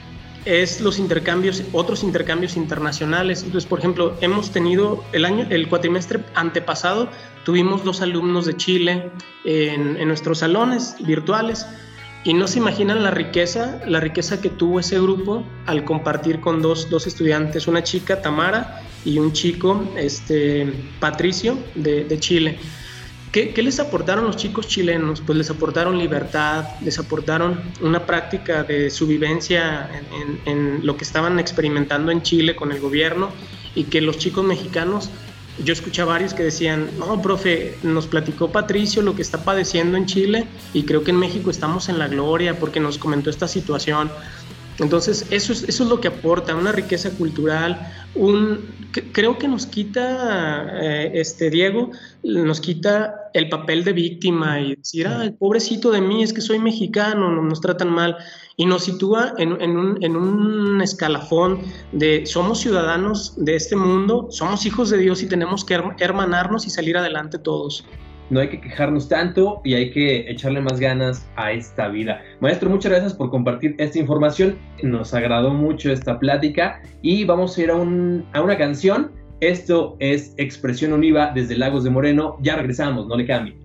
Speaker 4: es los intercambios, otros intercambios internacionales. Entonces, por ejemplo, hemos tenido el año, el cuatrimestre antepasado, tuvimos dos alumnos de Chile en, en nuestros salones virtuales y no se imaginan la riqueza, la riqueza que tuvo ese grupo al compartir con dos, dos estudiantes, una chica, Tamara, y un chico, este, Patricio, de, de Chile. ¿Qué, ¿Qué les aportaron los chicos chilenos? Pues les aportaron libertad, les aportaron una práctica de su vivencia en, en, en lo que estaban experimentando en Chile con el gobierno, y que los chicos mexicanos, yo escuché a varios que decían, no, profe, nos platicó Patricio lo que está padeciendo en Chile y creo que en México estamos en la gloria porque nos comentó esta situación. Entonces, eso es, eso es lo que aporta, una riqueza cultural, un, que, creo que nos quita, eh, este, Diego, nos quita el papel de víctima y decir, ah, pobrecito de mí, es que soy mexicano, no, nos tratan mal, y nos sitúa en, en, un, en un escalafón de somos ciudadanos de este mundo, somos hijos de Dios y tenemos que hermanarnos y salir adelante todos.
Speaker 2: No hay que quejarnos tanto y hay que echarle más ganas a esta vida. Maestro, muchas gracias por compartir esta información. Nos agradó mucho esta plática y vamos a ir a, un, a una canción. Esto es Expresión UNIVA desde Lagos de Moreno. Ya regresamos, no le cambie.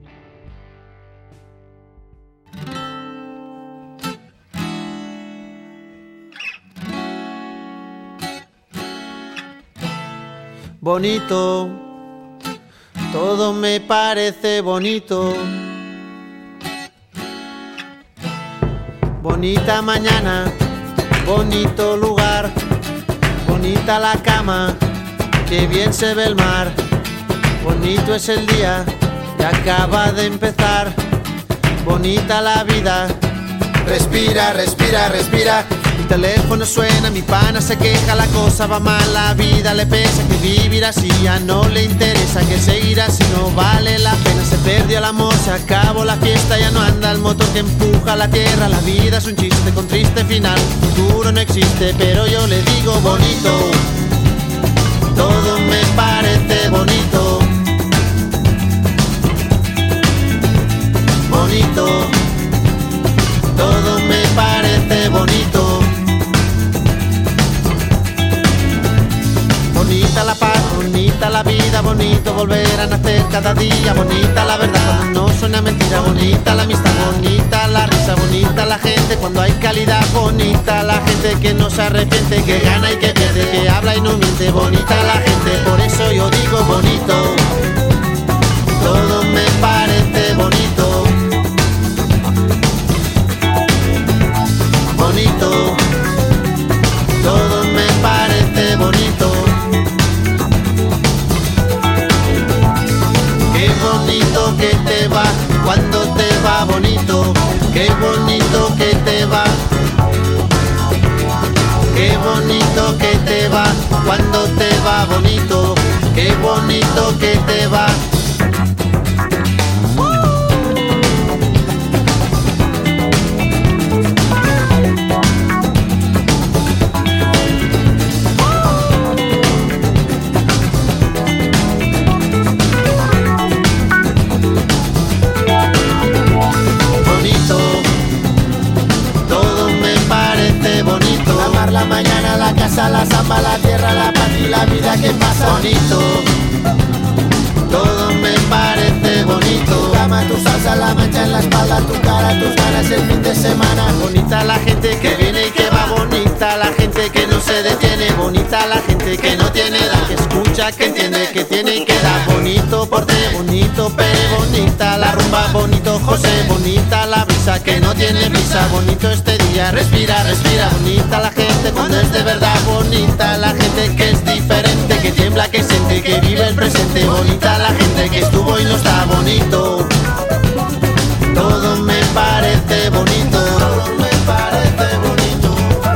Speaker 6: Bonito, todo me parece bonito. Bonita mañana, bonito lugar, bonita la cama, que bien se ve el mar. Bonito es el día que acaba de empezar. Bonita la vida. Respira, respira, respira. Mi teléfono suena, mi pana se queja, la cosa va mal, la vida le pesa, que vivir así ya no le interesa, que seguir así no vale la pena. Se perdió el amor, se acabó la fiesta, ya no anda el motor que empuja la tierra. La vida es un chiste con triste final, futuro no existe, pero yo le digo bonito. Todo me parece bonito. Bonito. Todo me parece bonito. Bonita la paz, bonita la vida, bonito volver a nacer cada día. Bonita la verdad cuando no suena mentira, bonita la amistad, bonita la risa, bonita la gente cuando hay calidad. Bonita la gente que no se arrepiente, que gana y que pierde, que habla y no miente. Bonita la gente, por eso yo digo bonito. Todo me parece bonito. Bonito, todo me parece bonito. Qué bonito que te va cuando te va bonito. Qué bonito que te va. Qué bonito que te va cuando te va bonito. Qué bonito que te va. bonito. Todo me parece bonito. Tu cama, tu salsa, la mancha en la espalda, tu cara, tus ganas el fin de semana. Bonita la gente que viene y que va, bonita la gente que no se detiene, bonita la gente que no tiene edad, que escucha, que entiende, que tiene y que da. Bonito porte, bonito Pere, bonita la rumba, bonito José, bonita la brisa que no tiene prisa, bonito este día, respira, respira. Bonita la gente cuando es de verdad, bonita la gente que es diferente, que tiembla, que siente, que vive el presente, bonita la gente que estuvo y no está bonito. Todo me parece bonito, todo me parece bonito.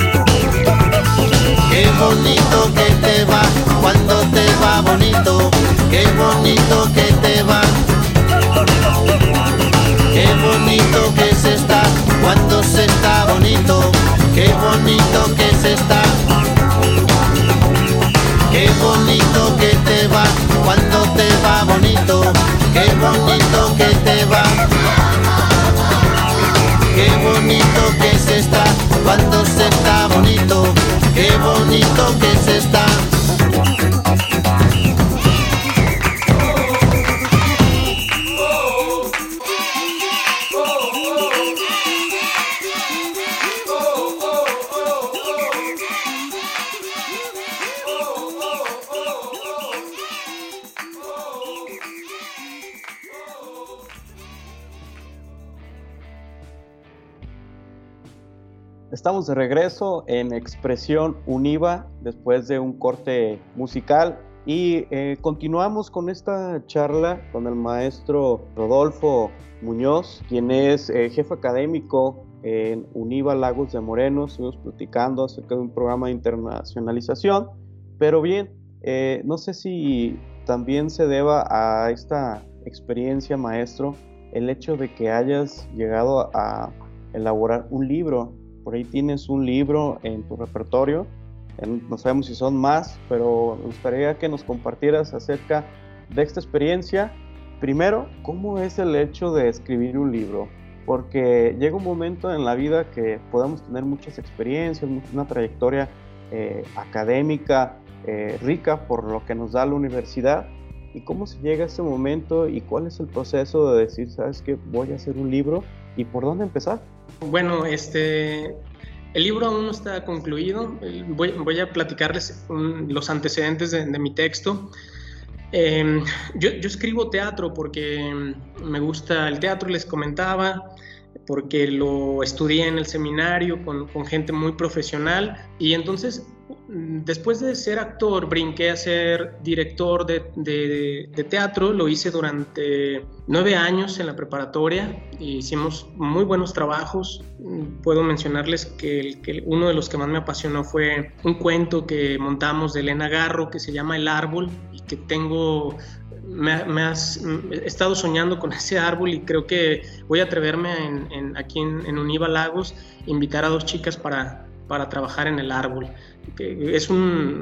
Speaker 6: Qué bonito que te va cuando te va bonito, qué bonito que te va. Qué bonito que se está cuando se está bonito, qué bonito que se está. Qué bonito que te va cuando te va bonito, qué bonito que te va. Qué bonito que se está cuando se está bonito, qué bonito que se está.
Speaker 3: Estamos de regreso en Expresión Univa después de un corte musical y eh, continuamos con esta charla con el maestro Rodolfo Muñoz, quien es eh, jefe académico en Univa Lagos de Moreno. Estuvimos platicando acerca de un programa de internacionalización, pero bien, eh, no sé si también se deba a esta experiencia, maestro, el hecho de que hayas llegado a elaborar un libro. Por ahí tienes un libro en tu repertorio, no sabemos si son más, pero me gustaría que nos compartieras acerca de esta experiencia. Primero, ¿cómo es el hecho de escribir un libro? Porque llega un momento en la vida que podemos tener muchas experiencias, una trayectoria eh, académica eh, rica por lo que nos da la universidad. ¿Y cómo se llega a ese momento y cuál es el proceso de decir, sabes qué, voy a hacer un libro y por dónde empezar?
Speaker 4: Bueno, este, el libro aún no está concluido. Voy, voy a platicarles un, los antecedentes de, de mi texto. Eh, yo, yo escribo teatro porque me gusta el teatro, les comentaba, porque lo estudié en el seminario con, con gente muy profesional, y entonces después de ser actor brinqué a ser director de, de, de teatro. Lo hice durante nueve años en la preparatoria e hicimos muy buenos trabajos. Puedo mencionarles que, el, que uno de los que más me apasionó fue un cuento que montamos de Elena Garro que se llama El Árbol, y que tengo... Me, me has he estado soñando con ese árbol, y creo que voy a atreverme en, en, aquí en, en Univa Lagos, invitar a dos chicas para, para trabajar en el árbol. Que es un,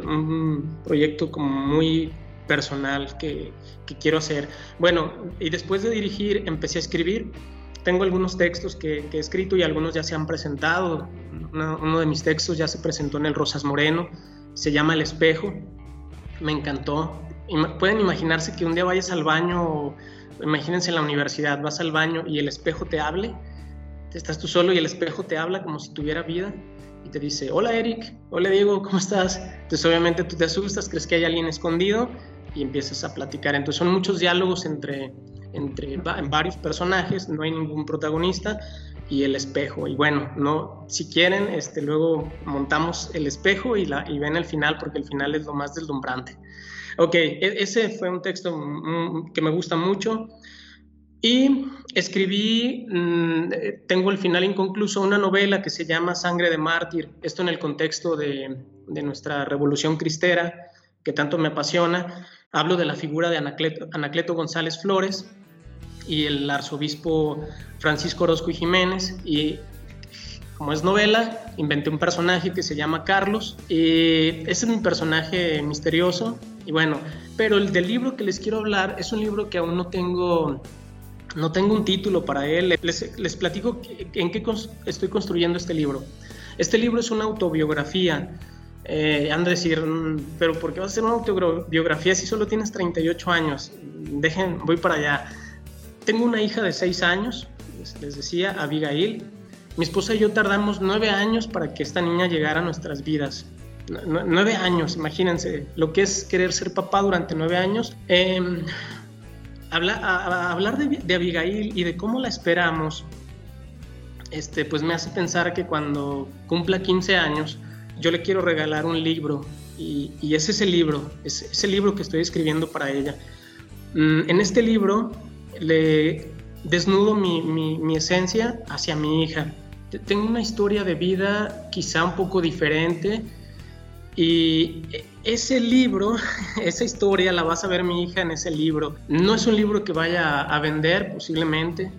Speaker 4: un proyecto como muy personal que, que quiero hacer. Bueno, y después de dirigir empecé a escribir. Tengo algunos textos que, que he escrito y algunos ya se han presentado. Uno, uno de mis textos ya se presentó en el Rosas Moreno, se llama El Espejo. Me encantó. Pueden imaginarse que un día vayas al baño, imagínense en la universidad, vas al baño y el espejo te hable, estás tú solo y el espejo te habla como si tuviera vida y te dice, hola Eric, hola Diego, ¿cómo estás? Entonces obviamente tú te asustas, crees que hay alguien escondido y empiezas a platicar. Entonces son muchos diálogos entre, entre varios personajes, no hay ningún protagonista, y el espejo. Y bueno, no, si quieren, este, luego montamos el espejo y, la, y ven el final, porque el final es lo más deslumbrante. Ok, ese fue un texto que me gusta mucho. Y escribí, mmm, tengo el final inconcluso, una novela que se llama Sangre de Mártir. Esto en el contexto de, de nuestra revolución cristera, que tanto me apasiona. Hablo de la figura de Anacleto, Anacleto González Flores y el arzobispo Francisco Orozco y Jiménez. Y como es novela, inventé un personaje que se llama Carlos. Y ese es un personaje misterioso. Y bueno, pero el del libro que les quiero hablar es un libro que aún no tengo, no tengo un título para él. Les, les platico en qué estoy construyendo este libro. Este libro es una autobiografía Eh, han de decir, pero ¿por qué vas a hacer una autobiografía si solo tienes treinta y ocho años? Dejen, voy para allá. Tengo una hija de seis años, les decía, Abigail. Mi esposa y yo tardamos nueve años para que esta niña llegara a nuestras vidas. Nueve años, imagínense lo que es querer ser papá durante nueve años. Eh, habla, a, a hablar de, de Abigail y de cómo la esperamos, este, pues me hace pensar que cuando cumpla quince años, yo le quiero regalar un libro y, y ese es el libro, es, es el libro que estoy escribiendo para ella. Mm, en este libro le desnudo mi, mi, mi esencia hacia mi hija. Tengo una historia de vida quizá un poco diferente y ese libro, esa historia la vas a ver mi hija en ese libro. No es un libro que vaya a vender posiblemente,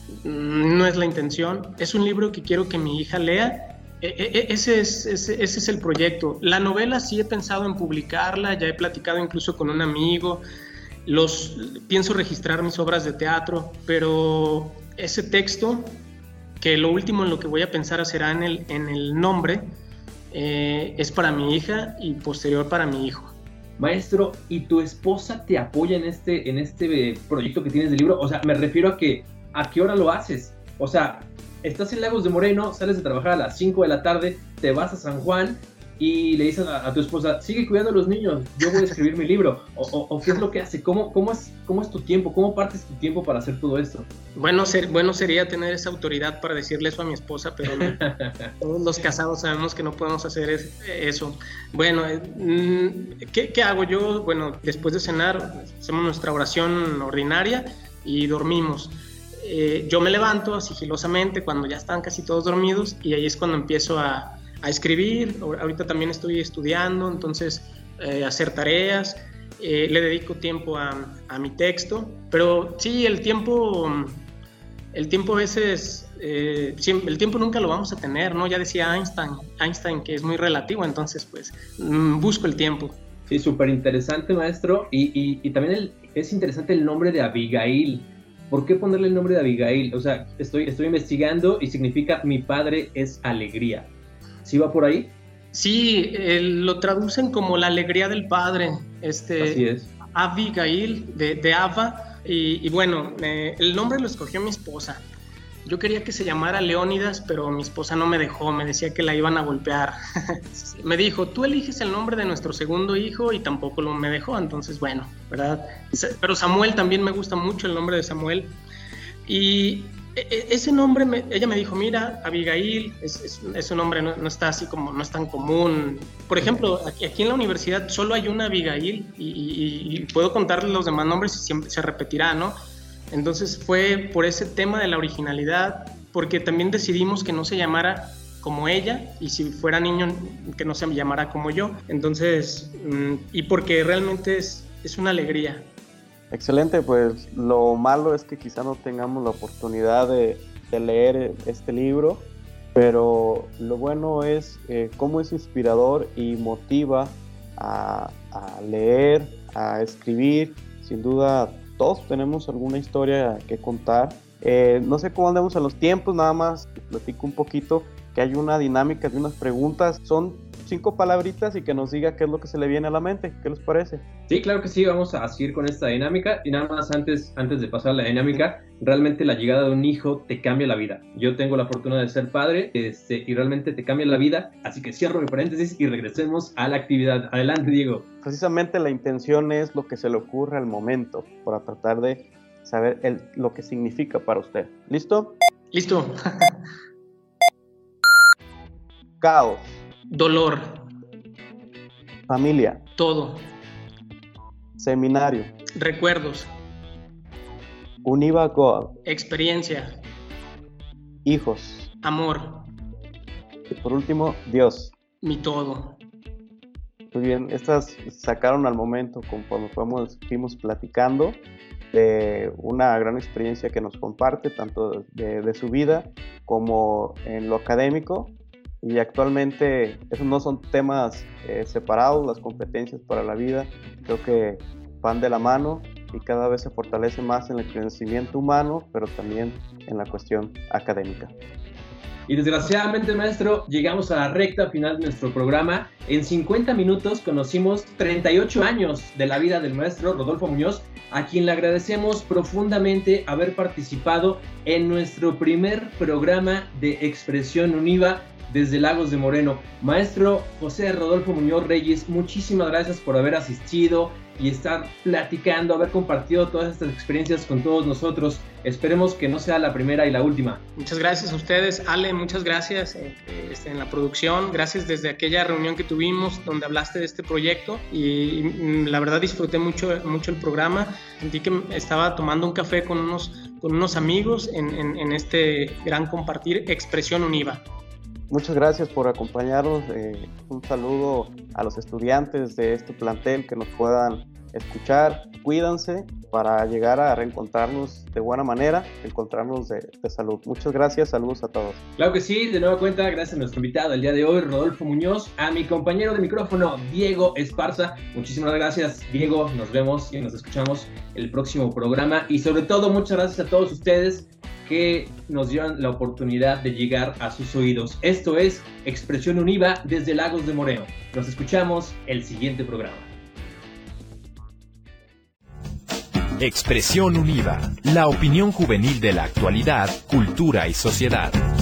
Speaker 4: no es la intención, es un libro que quiero que mi hija lea. Ese es, ese, ese es el proyecto. La novela sí he pensado en publicarla, ya he platicado incluso con un amigo, los, pienso registrar mis obras de teatro, pero ese texto, que lo último en lo que voy a pensar será en el, en el nombre, eh, es para mi hija y posterior para mi hijo.
Speaker 2: Maestro, ¿y tu esposa te apoya en este, en este proyecto que tienes del libro? O sea, me refiero a que, ¿a qué hora lo haces? O sea, estás en Lagos de Moreno, sales de trabajar a las cinco de la tarde, te vas a San Juan y le dices a, a tu esposa, sigue cuidando a los niños, yo voy a escribir mi libro. O, o, o ¿qué es lo que hace? ¿Cómo, cómo, es, ¿Cómo es tu tiempo? ¿Cómo partes tu tiempo para hacer todo esto?
Speaker 4: Bueno, ser, bueno sería tener esa autoridad para decirle eso a mi esposa, pero no, todos los casados sabemos que no podemos hacer es, eso. Bueno, ¿qué, ¿qué hago yo? Bueno, después de cenar, hacemos nuestra oración ordinaria y dormimos. Eh, yo me levanto sigilosamente cuando ya están casi todos dormidos y ahí es cuando empiezo a, a escribir. Ahorita también estoy estudiando, entonces eh, hacer tareas, eh, le dedico tiempo a, a mi texto, pero sí, el tiempo, el tiempo a veces, eh, el tiempo nunca lo vamos a tener, ¿no? Ya decía Einstein, Einstein que es muy relativo, entonces pues busco el tiempo.
Speaker 2: Sí, súper interesante, maestro, y, y, y también el, es interesante el nombre de Abigail. ¿Por qué ponerle el nombre de Abigail? O sea, estoy, estoy investigando y significa mi padre es alegría. ¿Sí va por ahí?
Speaker 4: Sí, eh, lo traducen como la alegría del padre. Este,
Speaker 2: Así es.
Speaker 4: Abigail, de, de Ava. Y, y bueno, eh, el nombre lo escogió mi esposa. Yo quería que se llamara Leónidas, pero mi esposa no me dejó, me decía que la iban a golpear. Me dijo, tú eliges el nombre de nuestro segundo hijo y tampoco lo me dejó, entonces bueno, ¿verdad? Pero Samuel también me gusta mucho el nombre de Samuel. Y ese nombre, me, ella me dijo, mira, Abigail, es, es, es un nombre, no, no está así como, no es tan común. Por ejemplo, aquí, aquí en la universidad solo hay una Abigail y, y, y puedo contarles los demás nombres y siempre se repetirá, ¿no? Entonces fue por ese tema de la originalidad, porque también decidimos que no se llamara como ella y si fuera niño que no se llamara como yo. Entonces, y porque realmente es, es una alegría.
Speaker 3: Excelente, pues lo malo es que quizá no tengamos la oportunidad de, de leer este libro, pero lo bueno es eh, cómo es inspirador y motiva a, a leer, a escribir. Sin duda todos tenemos alguna historia que contar. Eh, no sé cómo andamos a los tiempos, nada más platico un poquito que hay una dinámica de unas preguntas. Son cinco palabritas y que nos diga qué es lo que se le viene a la mente. ¿Qué les parece?
Speaker 2: Sí, claro que sí, vamos a seguir con esta dinámica. Y nada más antes, antes de pasar a la dinámica, realmente la llegada de un hijo te cambia la vida. Yo tengo la fortuna de ser padre este, y realmente te cambia la vida. Así que cierro mi paréntesis y regresemos a la actividad. Adelante, Diego.
Speaker 3: Precisamente la intención es lo que se le ocurre al momento, para tratar de saber el, lo que significa para usted. ¿Listo?
Speaker 4: Listo.
Speaker 3: Caos.
Speaker 4: Dolor.
Speaker 3: Familia.
Speaker 4: Todo.
Speaker 3: Seminario.
Speaker 4: Recuerdos.
Speaker 3: Univa Goa.
Speaker 4: Experiencia.
Speaker 3: Hijos.
Speaker 4: Amor.
Speaker 3: Y por último, Dios.
Speaker 4: Mi todo.
Speaker 3: Muy bien, estas sacaron al momento conforme fuimos, fuimos platicando de una gran experiencia que nos comparte, tanto de, de su vida como en lo académico. Y actualmente esos no son temas eh, separados, las competencias para la vida creo que van de la mano y cada vez se fortalece más en el crecimiento humano, pero también en la cuestión académica.
Speaker 2: Y desgraciadamente, maestro, llegamos a la recta final de nuestro programa. En cincuenta minutos conocimos treinta y ocho años de la vida del maestro Rodolfo Muñoz, a quien le agradecemos profundamente haber participado en nuestro primer programa de Expresión Univa desde Lagos de Moreno. Maestro José Rodolfo Muñoz Reyes, muchísimas gracias por haber asistido y estar platicando, haber compartido todas estas experiencias con todos nosotros. Esperemos que no sea la primera y la última.
Speaker 4: Muchas gracias a ustedes, Ale, muchas gracias eh, este, en la producción, gracias desde aquella reunión que tuvimos donde hablaste de este proyecto y, y la verdad disfruté mucho, mucho el programa, sentí que estaba tomando un café con unos, con unos amigos en, en, en este gran compartir Expresión Univa.
Speaker 3: Muchas gracias por acompañarnos. Eh, un saludo a los estudiantes de este plantel que nos puedan escuchar. Cuídense para llegar a reencontrarnos de buena manera, encontrarnos de, de salud. Muchas gracias, saludos a todos.
Speaker 2: Claro que sí, de nueva cuenta, gracias a nuestro invitado el día de hoy, Rodolfo Muñoz, a mi compañero de micrófono, Diego Esparza. Muchísimas gracias, Diego. Nos vemos y nos escuchamos el próximo programa. Y sobre todo, muchas gracias a todos ustedes que nos dieron la oportunidad de llegar a sus oídos. Esto es Expresión Univa desde Lagos de Moreno. Nos escuchamos el siguiente programa.
Speaker 1: Expresión Univa, la opinión juvenil de la actualidad, cultura y sociedad.